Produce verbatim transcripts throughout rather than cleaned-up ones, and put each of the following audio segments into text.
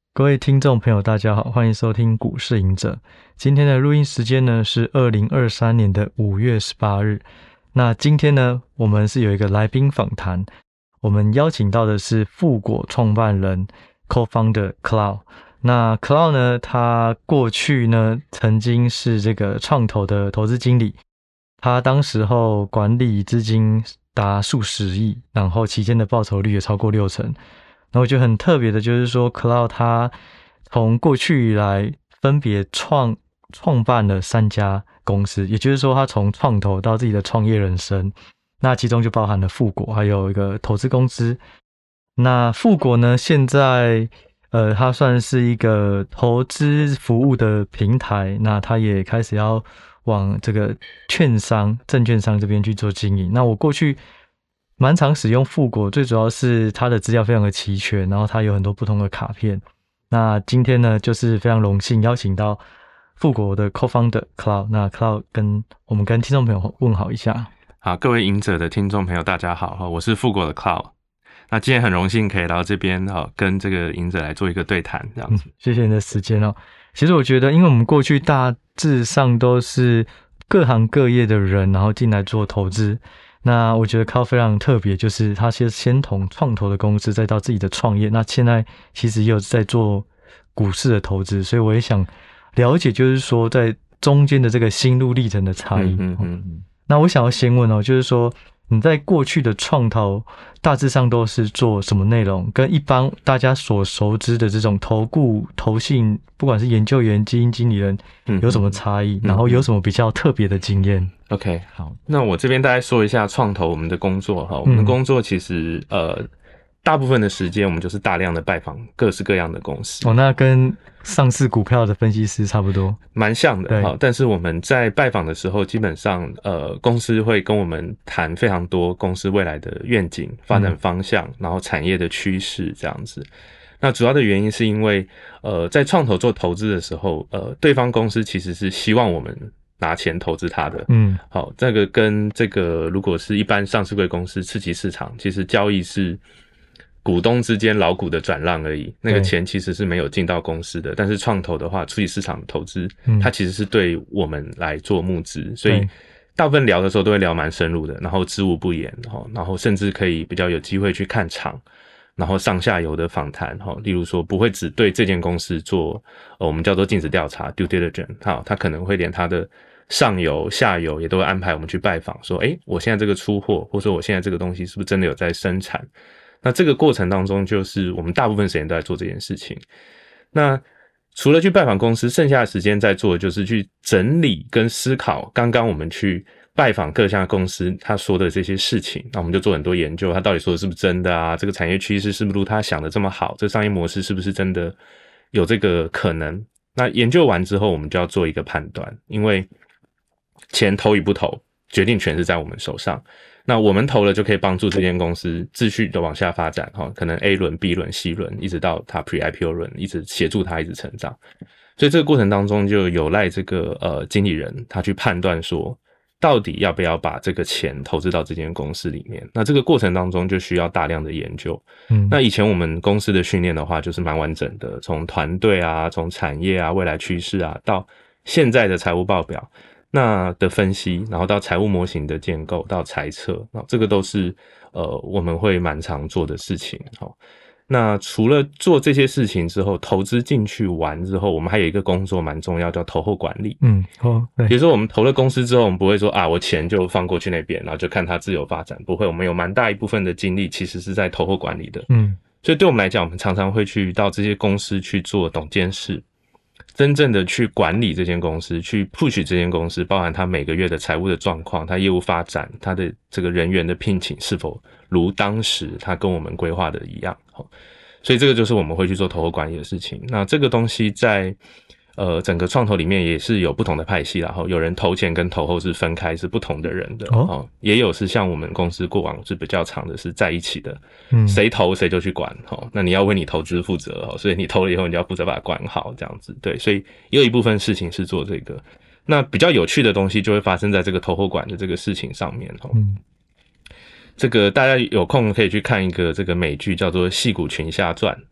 各位听众朋友大家好，欢迎收听股市赢者。今天的录音时间呢是二零二三年的五月十八日。那今天呢我们是有一个来宾访谈，我们邀请到的是富果创办人 Co-founder Cloud。那 Cloud 呢他过去呢曾经是这个创投的投资经理，他当时候管理资金达数十亿，然后期间的报酬率也超过六成。然后我觉得很特别的就是说 Cloud 他从过去以来分别创创办了三家公司，也就是说他从创投到自己的创业人生，那其中就包含了富果还有一个投资公司。那富果呢现在呃它算是一个投资服务的平台，那它也开始要往这个券商证券商这边去做经营。那我过去蛮常使用富果，最主要是它的资料非常的齐全，然后它有很多不同的卡片。那今天呢就是非常荣幸邀请到富果的 Co-founder Cloud。 那 Cloud 跟我们跟听众朋友问好一下。 好，各位赢者的听众朋友大家好，我是富果的 Cloud。 那今天很荣幸可以来到这边跟这个赢者来做一个对谈这样子、 嗯、谢谢你的时间哦。其实我觉得因为我们过去大致上都是各行各业的人然后进来做投资，那我觉得 Cloud 非常特别，就是他先先从创投的公司再到自己的创业，那现在其实也有在做股市的投资，所以我也想了解就是说在中间的这个心路历程的差异。 嗯嗯嗯。 那我想要先问哦，就是说你在过去的创投大致上都是做什么内容，跟一般大家所熟知的这种投顾投信不管是研究员基金经理人有什么差异、嗯、然后有什么比较特别的经验？ OK， 好，那我这边大概说一下创投我们的工作哈。我们的工作其实、嗯、呃大部分的时间我们就是大量的拜访各式各样的公司。 哦，那跟上市股票的分析师差不多， 蛮像的哈。但是我们在拜访的时候，基本上呃公司会跟我们谈非常多公司未来的愿景、发展方向，嗯、然后产业的趋势这样子。那主要的原因是因为呃在创投做投资的时候，呃对方公司其实是希望我们拿钱投资它的。嗯，好，这个跟这个如果是一般上市柜公司次级市场，其实交易是股东之间老股的转让而已，那个钱其实是没有进到公司的。但是创投的话，初级市场的投资、嗯、它其实是对我们来做募资，所以大部分聊的时候都会聊蛮深入的，然后知无不言，然后甚至可以比较有机会去看场，然后上下游的访谈，例如说不会只对这间公司做、呃、我们叫做尽职调查 due diligence， 它可能会连它的上游下游也都会安排我们去拜访，说诶我现在这个出货，或者说我现在这个东西是不是真的有在生产。那这个过程当中，就是我们大部分时间都在做这件事情。那除了去拜访公司，剩下的时间在做的就是去整理跟思考刚刚我们去拜访各项公司他说的这些事情。那我们就做很多研究，他到底说的是不是真的啊？这个产业趋势是不是如他想的这么好？这个商业模式是不是真的有这个可能？那研究完之后，我们就要做一个判断，因为钱投与不投，决定权是在我们手上。那我们投了就可以帮助这间公司继续的往下发展，可能 A 轮 B 轮 C 轮一直到它 Pre-I P O 轮，一直协助它一直成长。所以这个过程当中就有赖这个呃经理人他去判断说到底要不要把这个钱投资到这间公司里面。那这个过程当中就需要大量的研究。嗯，那以前我们公司的训练的话就是蛮完整的，从团队啊，从产业啊，未来趋势啊，到现在的财务报表那的分析，然后到财务模型的建构，到财测，这个都是呃我们会蛮常做的事情。好，那除了做这些事情之后，投资进去完之后，我们还有一个工作蛮重要，叫投后管理。嗯，哦，对。比如说我们投了公司之后，我们不会说啊，我钱就放过去那边，然后就看它自由发展，不会。我们有蛮大一部分的精力其实是在投后管理的。嗯，所以对我们来讲，我们常常会去到这些公司去做董监事。真正的去管理这间公司，去 push 这间公司，包含它每个月的财务的状况，它业务发展，它的这个人员的聘请是否如当时它跟我们规划的一样。所以这个就是我们会去做投后管理的事情。那这个东西在呃整个创投里面也是有不同的派系啦，然后有人投前跟投后是分开，是不同的人的。哦，也有是像我们公司过往是比较长的是在一起的，嗯，谁投谁就去管。哦，那你要为你投资负责，哦，所以你投了以后你就要负责把它管好，这样子。对，所以也有一部分事情是做这个。那比较有趣的东西就会发生在这个投后管的这个事情上面。哦，嗯，这个大家有空可以去看一个这个美剧叫做《矽谷群侠传》，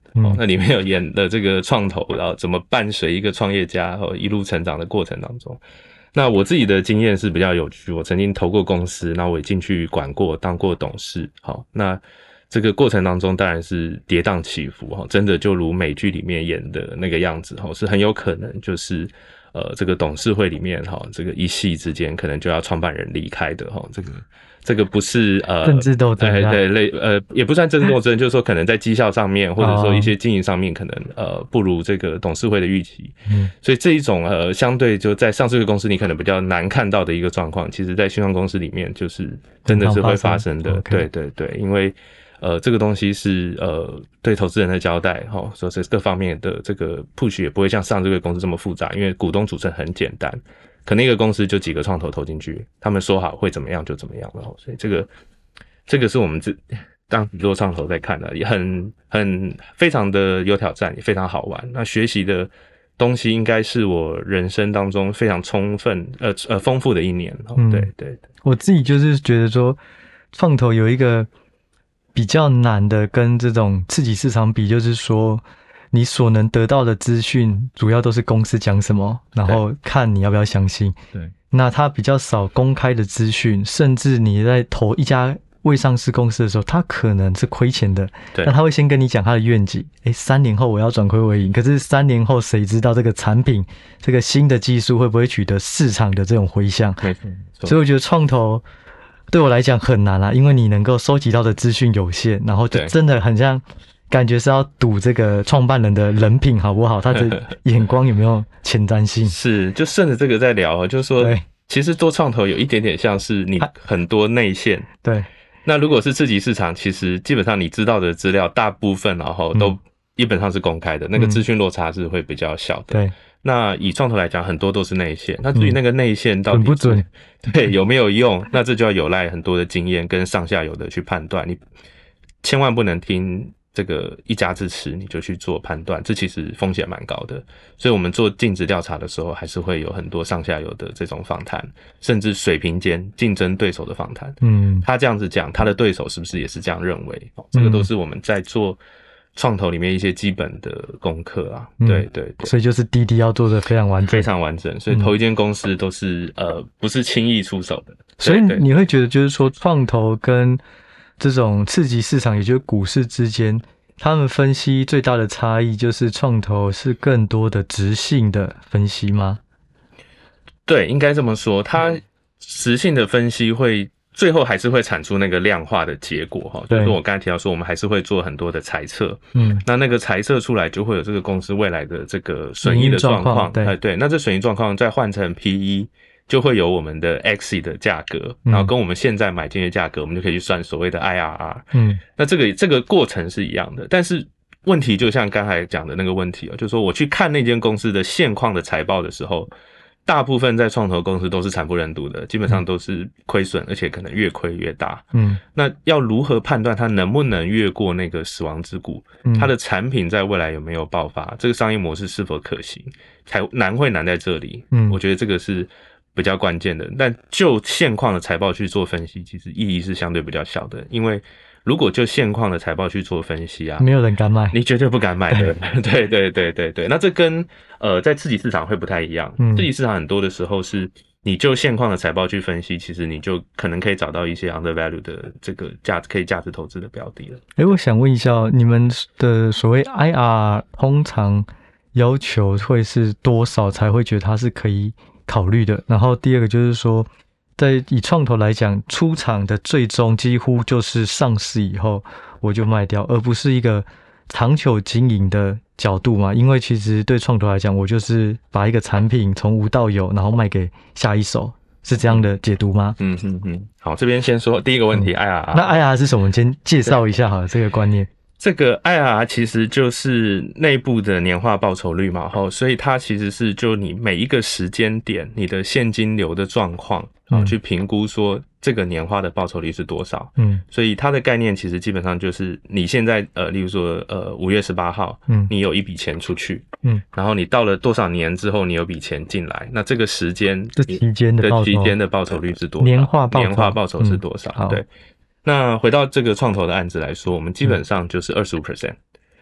嗯哦，那里面有演的这个创投，然后怎么伴随一个创业家哦一路成长的过程当中。那我自己的经验是比较有趣，我曾经投过公司，那我也进去管过，当过董事。好，那这个过程当中当然是跌宕起伏哈，真的就如美剧里面演的那个样子哈，是很有可能就是呃这个董事会里面哈，这个一夕之间可能就要创办人离开的哈，这个这个不是呃政治斗争， 对对类呃也不算政治斗争，就是说可能在绩效上面或者说一些经营上面可能呃不如这个董事会的预期，嗯，所以这一种呃相对就在上市公司你可能比较难看到的一个状况，其实在新创公司里面就是真的是会发生的，对对对，因为。呃，这个东西是呃对投资人的交代哈，所以各方面的这个 push 也不会像上这个公司这么复杂，因为股东组成很简单，可能一个公司就几个创投投进去，他们说好会怎么样就怎么样了，所以这个这个是我们这当做创投在看的，也很很非常的有挑战，也非常好玩。那学习的东西应该是我人生当中非常充分呃呃丰富的一年，嗯，对对对， 我自己就是觉得说创投有一个。比较难的跟这种刺激市场比，就是说你所能得到的资讯主要都是公司讲什么，然后看你要不要相信。 对，那它比较少公开的资讯，甚至你在投一家未上市公司的时候，它可能是亏钱的， 对， 但他会先跟你讲他的愿景，诶，三年后我要转亏为盈，可是三年后谁知道这个产品这个新的技术会不会取得市场的这种回响？ 没错， 所以我觉得创投对我来讲很难啊，因为你能够收集到的资讯有限，然后就真的很像感觉是要赌这个创办人的人品好不好，他的眼光有没有前瞻性。 是，就顺着这个在聊，就是说其实做创投有一点点像是你很多内线， 对， 那如果是次级市场，其实基本上你知道的资料大部分然后都基本上是公开的，嗯，那个资讯落差是会比较小的， 对。 那以创投来讲，很多都是内线。那至于那个内线到底， 嗯，准不准， 对，有没有用，那这就要有赖很多的经验跟上下游的去判断。你千万不能听这个一家之词你就去做判断，这其实风险蛮高的。所以我们做尽职调查的时候，还是会有很多上下游的这种访谈，甚至水平间竞争对手的访谈。嗯，他这样子讲，他的对手是不是也是这样认为？这个都是我们在做创投里面一些基本的功课啊，嗯，对对对， 所以就是滴滴要做的非常完整， 非常完整，所以投一间公司都是，嗯，呃不是轻易出手的。 所以你会觉得就是说创投跟这种次级市场，也就是股市之间，他们分析最大的差异就是创投是更多的质性的分析吗？ 对，应该这么说，它质性的分析会最后还是会产出那个量化的结果哈，就是说我刚才提到说，我们还是会做很多的猜测，嗯，那那个猜测出来就会有这个公司未来的这个损益的状况，对对，那这损益状况再换成 P E， 就会有我们的 exit 的价格，然后跟我们现在买进的价格，我们就可以去算所谓的 I R R， 嗯，那这个这个过程是一样的，但是问题就像刚才讲的那个问题哦，就是说我去看那间公司的现况的财报的时候。大部分在创投公司都是惨不忍睹的，基本上都是亏损，而且可能越亏越大。嗯，那要如何判断它能不能越过那个死亡之谷？它的产品在未来有没有爆发？这个商业模式是否可行？才难会难在这里。嗯，我觉得这个是比较关键的。但就现况的财报去做分析，其实意义是相对比较小的，因为如果就现况的财报去做分析啊， 没有人敢买， 你绝对不敢买的。对对对对对，那这跟呃在次级市场会不太一样。嗯，次级市场很多的时候是你就现况的财报去分析，其实你就可能可以找到一些 undervalue 的这个价可以价值投资的标的了。 诶，我想问一下，你们的所谓 I R 通常要求会是多少才会觉得它是可以考虑的？然后第二个就是说。在以创投来讲，出场的最终几乎就是上市以后我就卖掉，而不是一个长久经营的角度嘛。因为其实对创投来讲，我就是把一个产品从无到有，然后卖给下一手，是这样的解读吗？ 嗯嗯嗯。好，这边先说第一个问题，嗯，I R R。 那 I R R 是什么？先介绍一下好了，这个观念。 这个 I R R 其实就是内部的年化报酬率嘛，所以它其实是就你每一个时间点你的现金流的状况，嗯，去评估说这个年化的报酬率是多少。嗯，所以它的概念其实基本上就是你现在呃，例如说呃五月十八号，嗯，你有一笔钱出去，嗯，然后你到了多少年之后你有笔钱进来，那这个时间这期间的报酬， 期间的报酬率是多少？ 年化报酬年化报酬是多少？嗯，对。那回到这个创投的案子来说，我们基本上就是 百分之二十五。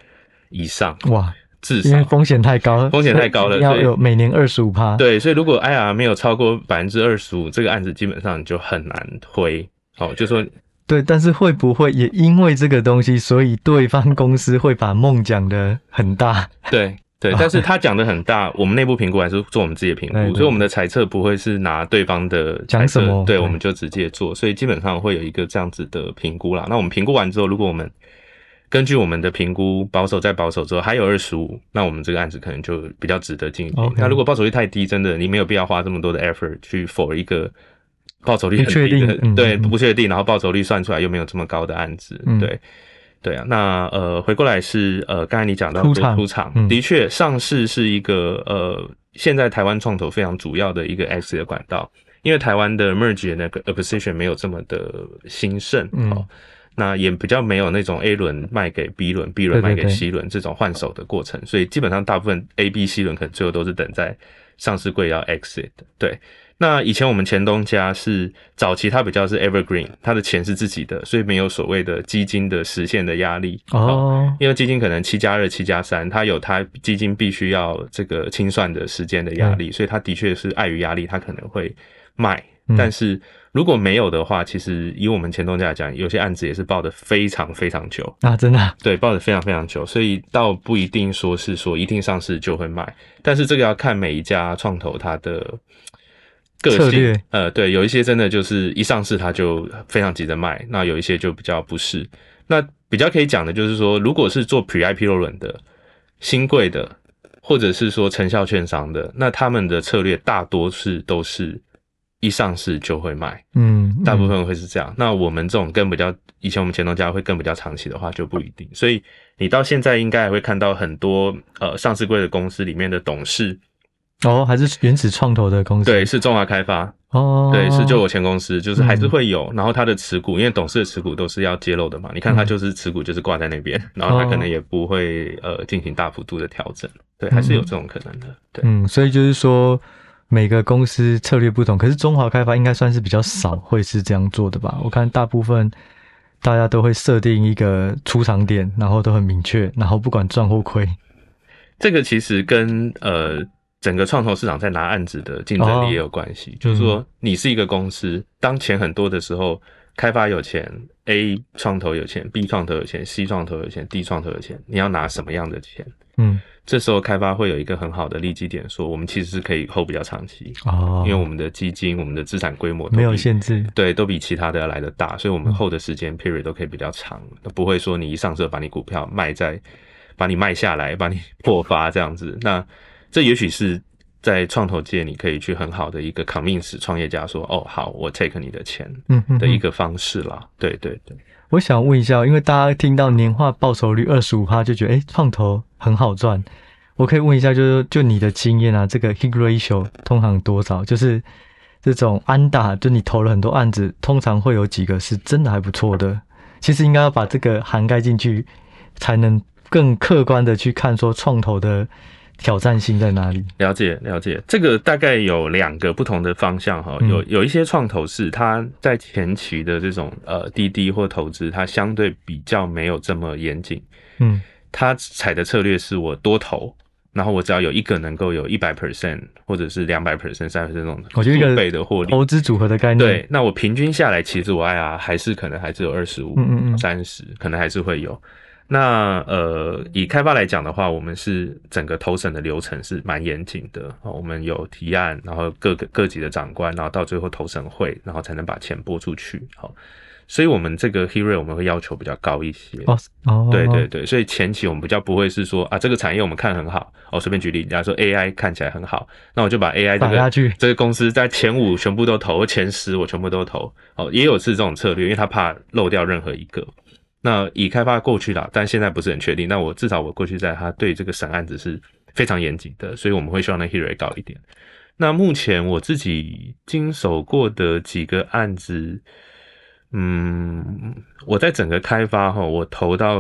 以上。 哇， 至少因为风险太高， 风险太高了， 要有每年 百分之二十五。 对，所以如果 I R R 没有超过 百分之二十五， 这个案子基本上就很难推。好，就说对，但是会不会也因为这个东西，所以对方公司会把梦讲得很大？ 对对，但是他讲的很大，我们内部评估还是做我们自己的评估，所以我们的猜测不会是拿对方的猜测，对，对，我们就直接做，所以基本上会有一个这样子的评估啦。那我们评估完之后，如果我们根据我们的评估保守再保守之后还有二十五，那我们这个案子可能就比较值得进行。Okay. 那如果报酬率太低，真的你没有必要花这么多的 effort 去 for 一个报酬率很低的，嗯、对，不确定，然后报酬率算出来又没有这么高的案子，嗯、对。对啊，那呃，回过来是呃，刚才你讲到出场，出场、嗯、的确，上市是一个呃，现在台湾创投非常主要的一个 exit 的管道，因为台湾的 merge 的那个 acquisition 没有这么的兴盛，嗯、哦，那也比较没有那种 A 轮卖给 B 轮 ，B 轮卖给 C 轮这种换手的过程，所以基本上大部分 A、B、C 轮可能最后都是等在上市柜要 exit 的，对。那以前我们前东家是早期它比较是 evergreen， 它的钱是自己的，所以没有所谓的基金的实现的压力哦。因为基金可能七加二、七加三，它有它基金必须要这个清算的时间的压力，所以它的确是碍于压力，它可能会卖。嗯、但是如果没有的话，其实以我们前东家来讲，有些案子也是抱得非常非常久啊，真的、啊、 对，抱得非常非常久，所以倒不一定说是说一定上市就会卖，但是这个要看每一家创投它的个性，策略，呃，对，有一些真的就是一上市它就非常急着卖，那有一些就比较不是。那比较可以讲的就是说，如果是做 pre-I P O 轮的、新贵的，或者是说成效券商的，那他们的策略大多是都是一上市就会卖，嗯，大部分会是这样。嗯、那我们这种更比较，以前我们前东家会更比较长期的话就不一定。所以你到现在应该还会看到很多呃上市柜的公司里面的董事。 哦，还是原始创投的公司？ 对，是中华开发。哦，对，是就我前公司，就是还是会有。嗯、然后他的持股，因为董事的持股都是要揭露的嘛，你看他就是持股就是挂在那边，嗯、然后他可能也不会呃进行大幅度的调整。对，还是有这种可能的。对， 嗯，所以就是说每个公司策略不同，可是中华开发应该算是比较少会是这样做的吧？我看大部分大家都会设定一个出场点，然后都很明确，然后不管赚或亏。 这个其实跟呃。整个创投市场在拿案子的竞争力也有关系，哦、就是说你是一个公司，当钱很多的时候，开发有钱 ，A 创投有钱 ，B 创投有钱 ，C 创投有钱 ，D 创投有钱，你要拿什么样的钱？嗯，这时候开发会有一个很好的利基点，说我们其实是可以 hold 比较长期哦，因为我们的基金、我们的资产规模都没有限制， 对，都比其他的要来得大，所以我们 hold 的时间 period 都可以比较长，嗯、不会说你一上车把你股票卖在，把你卖下来，把你破发这样子，那。这也许是在创投界你可以去很好的一个 convince 创业家说，哦，好，我 take 你的钱的一个方式啦。嗯、哼哼对对对。 我想问一下，因为大家听到年化报酬率 百分之二十五 就觉得，诶，创投很好赚。我可以问一下，就是就你的经验啊，这个 hit ratio 通常多少？就是这种安打，就你投了很多案子，通常会有几个是真的还不错的？其实应该要把这个涵盖进去，才能更客观的去看说创投的挑战性在哪里？ 了解了解，这个大概有两个不同的方向哈。有有一些创投是它在前期的这种呃滴滴或投资，它相对比较没有这么严谨。嗯，它采的策略是我多投，然后我只要有一个能够有 百分之百 或者是 百分之两百 百分之三十 这种数倍的获利， 投资组合的概念。 对，那我平均下来，其实我 I R 还是可能还是有二十五、三十，可能还是会有。那呃，以开发来讲的话，我们是整个投审的流程是蛮严谨的，我们有提案，然后各个各级的长官，然后到最后投审会，然后才能把钱拨出去。好，所以我们这个 hit rate 我们会要求比较高一些。哦，哦对对对，所以前期我们比较不会是说啊，这个产业我们看很好，哦，随便举例，假如说 A I 看起来很好，那我就把 A I 这个这个公司在前五全部都投，或前十我全部都投。哦，也有是这种策略，因为他怕漏掉任何一个。那以开发过去啦，但现在不是很确定。那我至少我过去在他对这个审案子是非常严谨的，所以我们会希望那 hit rate 高一点。那目前我自己经手过的几个案子，嗯，我在整个开发齁，我投到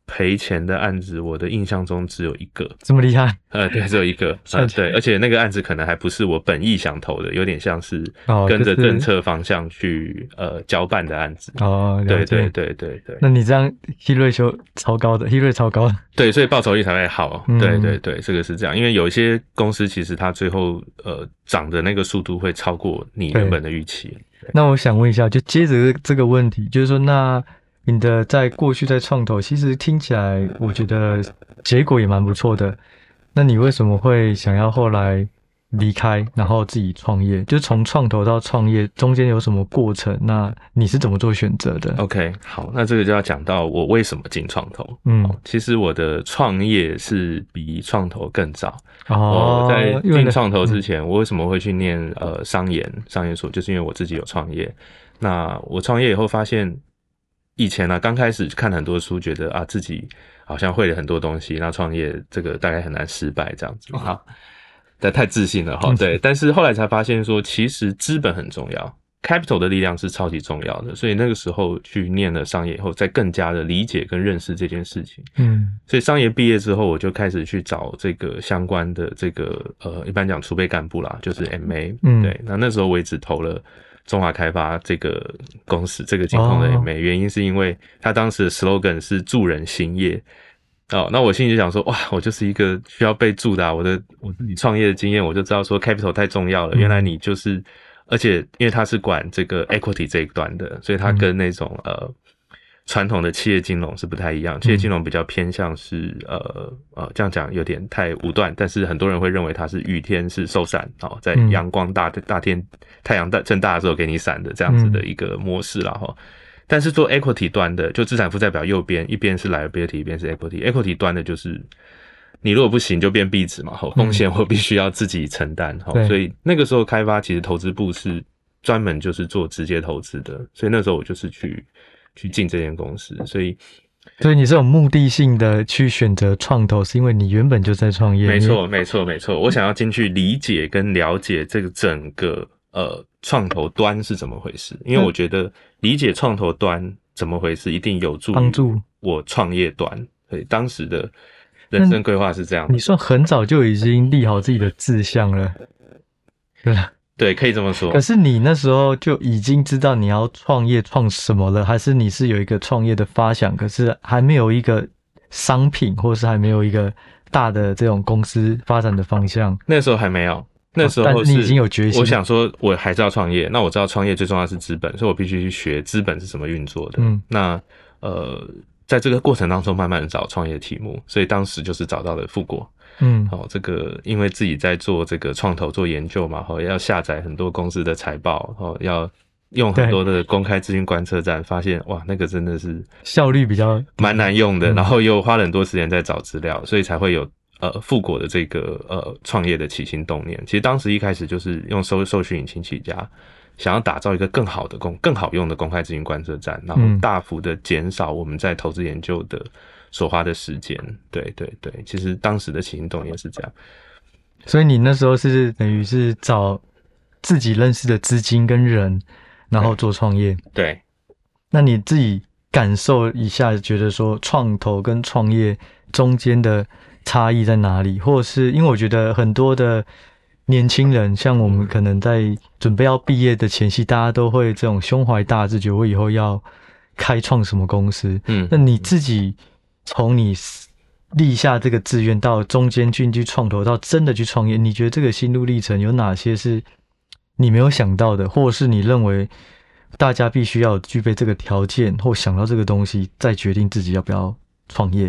赔钱的案子，我的印象中只有一个。 这么厉害？ 呃，对，只有一个。呃，对，而且那个案子可能还不是我本意想投的，有点像是跟着政策方向去、哦就是、呃交办的案子。 哦， 对对对对对。 那你这样 hit ratio 超高的 ，hit rate 超高的。 对，所以报酬率才会好。 嗯、 对对对，这个是这样，因为有一些公司其实它最后呃涨的那个速度会超过你原本的预期。 那我想问一下，就接着这个问题，就是说那。你的在过去在创投，其实听起来我觉得结果也蛮不错的。那你为什么会想要后来离开，然后自己创业？就从创投到创业中间有什么过程？那你是怎么做选择的 ？OK， 好，那这个就要讲到我为什么进创投。 嗯、 哦，其实我的创业是比创投更早。 哦， 我在进创投之前，嗯、我为什么会去念呃商研商研所？就是因为我自己有创业。那我创业以后发现。以前呢、啊，刚开始看很多书，觉得啊自己好像会了很多东西，那创业这个大概很难失败这样子哈，但太自信了哈。对，但是后来才发现说，其实资本很重要 ，capital 的力量是超级重要的。所以那个时候去念了商业以后，再更加的理解跟认识这件事情。嗯，所以商业毕业之后，我就开始去找这个相关的这个呃，一般讲储备干部啦，就是 M A。嗯，对，那那时候我也只投了。中华开发这个公司，这个金控的 M A，、oh. 原因是因为他当时的 slogan 是助人兴业。哦，那我心里就想说，哇，我就是一个需要被助的、啊，我的我自己创业的经验，我就知道说 capital 太重要了。嗯、原来你就是，而且因为他是管这个 equity 这一端的，所以他跟那种、嗯、呃传统的企业金融是不太一样。企业金融比较偏向是呃呃这样讲有点太武断，但是很多人会认为它是雨天是受伞哦，在阳光大大天太阳大正大的时候给你伞的这样子的一个模式啦哈。但是做 equity 端的，就资产负债表右边一边是 liability， 一边是 equity。equity 端的就是你如果不行就变壁纸嘛，风险我必须要自己承担哈、嗯。所以那个时候开发其实投资部是专门就是做直接投资的，所以那时候我就是去。去进这间公司，所以， 所以你是有目的性的去选择创投，是因为你原本就在创业。 没错，没错，没错。我想要进去理解跟了解这个整个呃创投端是怎么回事，因为我觉得理解创投端怎么回事，一定有助帮助我创业端。所以当时的人生规划是这样的。 你算很早就已经立好自己的志向了，对吧？ 对，可以这么说。 可是你那时候就已经知道你要创业创什么了，还是你是有一个创业的发想，可是还没有一个商品，或是还没有一个大的这种公司发展的方向？ 那时候还没有，那时候是、哦、 但是你已经有决心。 我想说，我还是要创业。那我知道创业最重要是资本，所以我必须去学资本是怎么运作的。嗯，那呃，在这个过程当中，慢慢的找创业题目，所以当时就是找到了富国。嗯，好、哦，这个因为自己在做这个创投做研究嘛，哈、哦，要下载很多公司的财报，哦，要用很多的公开资讯观测站，发现哇，那个真的是效率比较蛮难用的，嗯、然后又花了很多时间在找资料，所以才会有呃富国的这个呃创业的起心动念。其实当时一开始就是用搜搜寻引擎起家，想要打造一个更好的公更好用的公开资讯观测站，然后大幅的减少我们在投资研究的所花的时间。对对对，其实当时的起心动念是这样。 所以你那时候是等于是找自己认识的资金跟人，然后做创业。 对。 那你自己感受一下，觉得说创投跟创业中间的差异在哪里？或者是因为我觉得很多的年轻人，像我们可能在准备要毕业的前夕，大家都会这种胸怀大志，觉得我以后要开创什么公司。嗯，那你自己从你立下这个志愿到中间进去创投，到真的去创业，你觉得这个心路历程有哪些是你没有想到的，或是你认为大家必须要具备这个条件或想到这个东西，再决定自己要不要创业？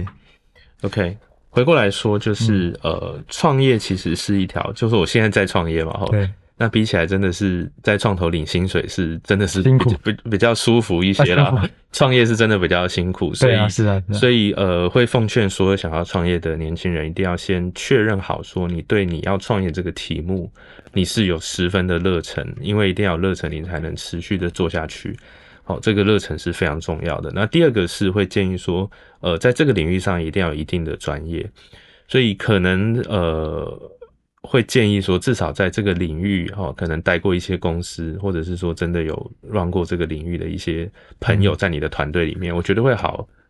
OK， 回过来说就是、嗯、呃，创业其实是一条，就是我现在在创业嘛，对，那比起来真的是在创投领薪水是真的是比比比较舒服一些啦，创业是真的比较辛苦，所以对啊，是啊， 所以呃会奉劝所有想要创业的年轻人，一定要先确认好说你对你要创业这个题目你是有十分的热忱，因为一定要有热忱你才能持续的做下去。好，这个热忱是非常重要的。那第二个是会建议说呃在这个领域上一定要有一定的专业，所以可能呃会建议说至少在这个领域齁可能待过一些公司，或者是说真的有 run 过这个领域的一些朋友在你的团队里面、嗯、我觉得会好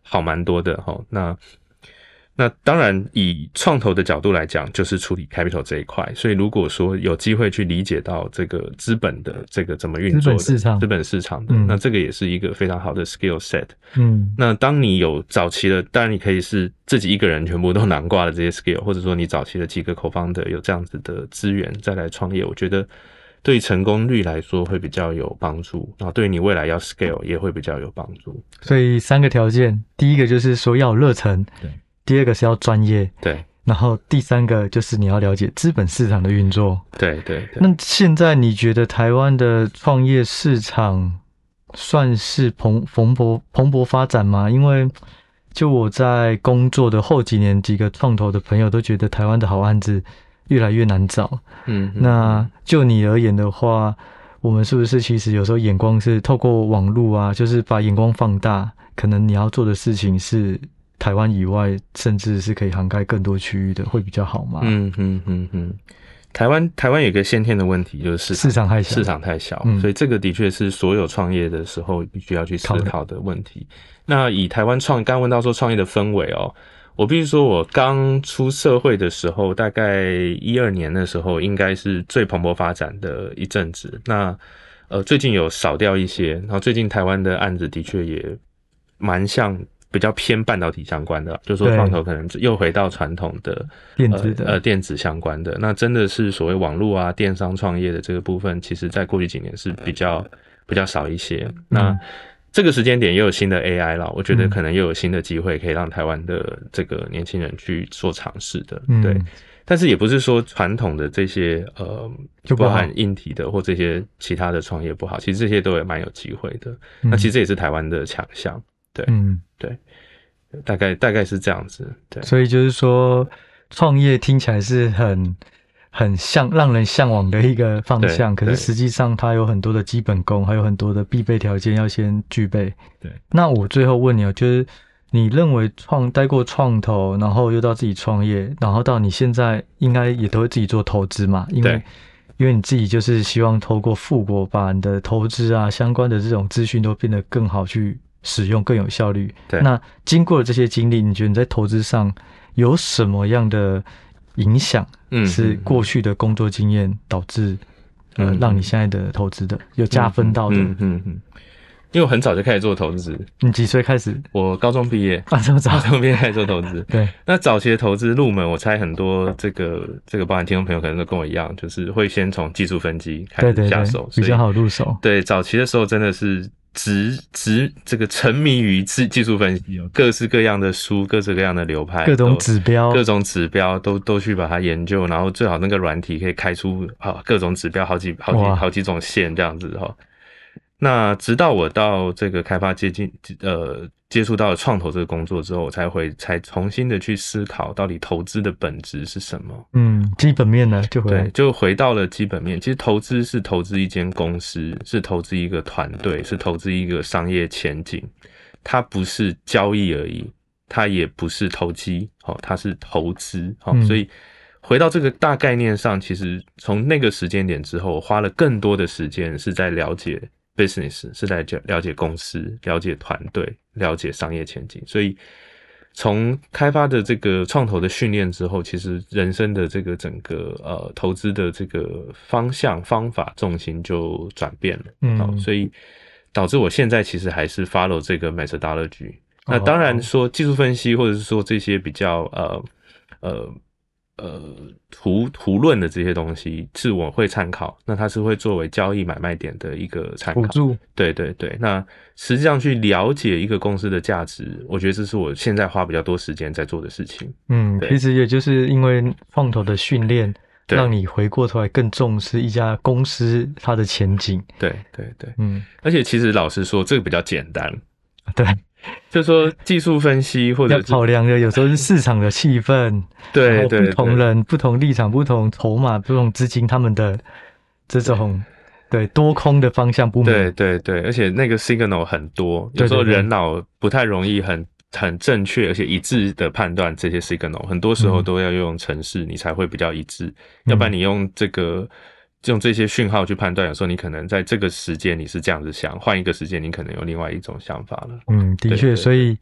好蛮多的齁。那那当然以创投的角度来讲，就是处理 capital 这一块，所以如果说有机会去理解到这个资本的这个怎么运作的资本市场， 资本市场的、嗯、那这个也是一个非常好的 skill set。 嗯， 那当你有早期的，当然你可以是自己一个人全部都囊括了这些 skill， 或者说你早期的几个 co-founder 有这样子的资源再来创业，我觉得对成功率来说会比较有帮助，然后对你未来要 scale 也会比较有帮助。 所以三个条件，第一个就是说要有热忱，对。第二个是要专业， 对， 然后第三个就是你要了解资本市场的运作， 对对对。 那现在你觉得台湾的创业市场算是蓬蓬勃蓬勃发展吗？因为就我在工作的后几年，几个创投的朋友都觉得台湾的好案子越来越难找。嗯，那就你而言的话，我们是不是其实有时候眼光是透过网络啊，就是把眼光放大，可能你要做的事情是台湾以外，甚至是可以涵盖更多区域的，会比较好吗？ 嗯嗯嗯嗯。台湾台湾有一个先天的问题，就是市场市场太小， 市场太小， 嗯、 所以这个的确是所有创业的时候必须要去思考的问题。那以台湾创，刚问到说创业的氛围哦，我必须说，我刚出社会的时候，大概一二年的时候，应该是最蓬勃发展的一阵子。那呃，最近有少掉一些，然后最近台湾的案子的确也蛮像。比较偏半导体相关的，就是说创投可能又回到传统的电子的、 呃呃电子相关的，那真的是所谓网络啊电商创业的这个部分，其实在过去几年是比较比较少一些。嗯、那这个时间点又有新的 A I 啦，我覺得可能又有新的機會可以讓台灣的這個年輕人去做嘗試的， 嗯、 對。但是也不是說傳統的這些呃，就包含硬體的或這些其他的創業不好，其實這些都也蠻有機會的。嗯、那其實這也是台灣的強項，對，嗯，對，大概大概是這樣子，對。 所以就是說，創業聽起來是很很向讓人向往的一個方向，可是實際上它有很多的基本功，還有很多的必備條件要先具備。 對， 那我最後問你，就是你認為創待過創投，然後又到自己創業，然後到你現在應該也都會自己做投資嘛？因為因為你自己就是希望透過富國把你的投資啊相關的這種資訊都變得更好去使用，更有效率。 對， 那經過了這些經歷，你覺得你在投資上有什麼樣的影響？嗯，是過去的工作經驗導致呃讓你現在的投資的有加分到的？ 嗯嗯嗯。因為我很早就開始做投資。 你幾歲開始？ 我高中畢業。 啊，這麼早？ 高中畢業開始做投資。 對。 那早期的投資入門，我猜很多這個這個包含聽眾朋友可能都跟我一樣，就是會先從技術分析開始下手， 對對對，比較好入手。 對，早期的時候真的是直直這個沉迷於技技術分析，各式各樣的書，各式各樣的流派， 各種指標， 各種指標都都去把它研究，然後最好那個軟體可以開出啊各種指標，好幾好幾好幾種線這樣子齁。那直到我到這個開發接近呃接觸到了創投這個工作之後，我才會才重新的去思考到底投資的本質是什麼。 嗯，基本面呢就回來， 對，就回到了基本面。其實投資是投資一間公司，是投資一個團隊，是投資一個商業前景。它不是交易而已，它也不是投機，哦，它是投資。哦，嗯，所以回到這個大概念上，其實從那個時間點之後，我花了更多的時間是在了解business， 是在了解公司，了解團隊，了解商業前景。所以從開發的這個創投的訓練之後，其實人生的這個整個呃投資的這個方向方法重心就轉變了。嗯，哦，所以導致我現在其實還是 follow 這個 methodology。那當然說技術分析或者是說這些比較呃呃呃，圖圖論的這些東西是我會參考，那它是會作為交易買賣點的一個參考。輔助。對對對，那實際上去了解一個公司的價值，我覺得這是我現在花比較多時間在做的事情。 嗯，其實也就是因為創投的訓練，讓你回過頭來更重視一家公司它的前景。 對對對，嗯，而且其實老實說，這個比較簡單。 對。 就是說技術分析或者要考量的有時候是市場的氣氛， 對對， 不同人、不同立場、不同籌碼、不同資金，他們的這種對多空的方向不明。 對對對，而且那個 signal 很多，有時候人腦不太容易很很正確而且一致的判斷這些 signal， 很多時候都要用程式你才會比較一致，嗯，要不然你用這個。用這些訊號去判斷，有時候你可能在這個時間你是這樣子想，換一個時間你可能有另外一種想法了。 嗯，的確，所以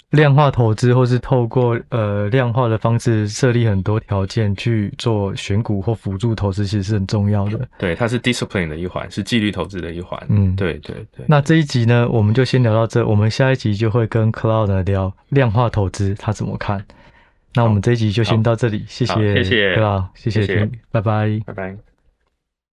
量化投资或是透过呃量化的方式设立很多条件去做选股或辅助投资，其实是很重要的。 对，它是 discipline 的一环，是纪律投资的一环。 嗯， 对对对。 那这一集呢，我们就先聊到这，我们下一集就会跟 Cloud 呢聊量化投资，他怎么看。那我们这一集就先到这里，谢谢谢谢 Cloud，谢谢， 谢谢拜拜， 拜拜。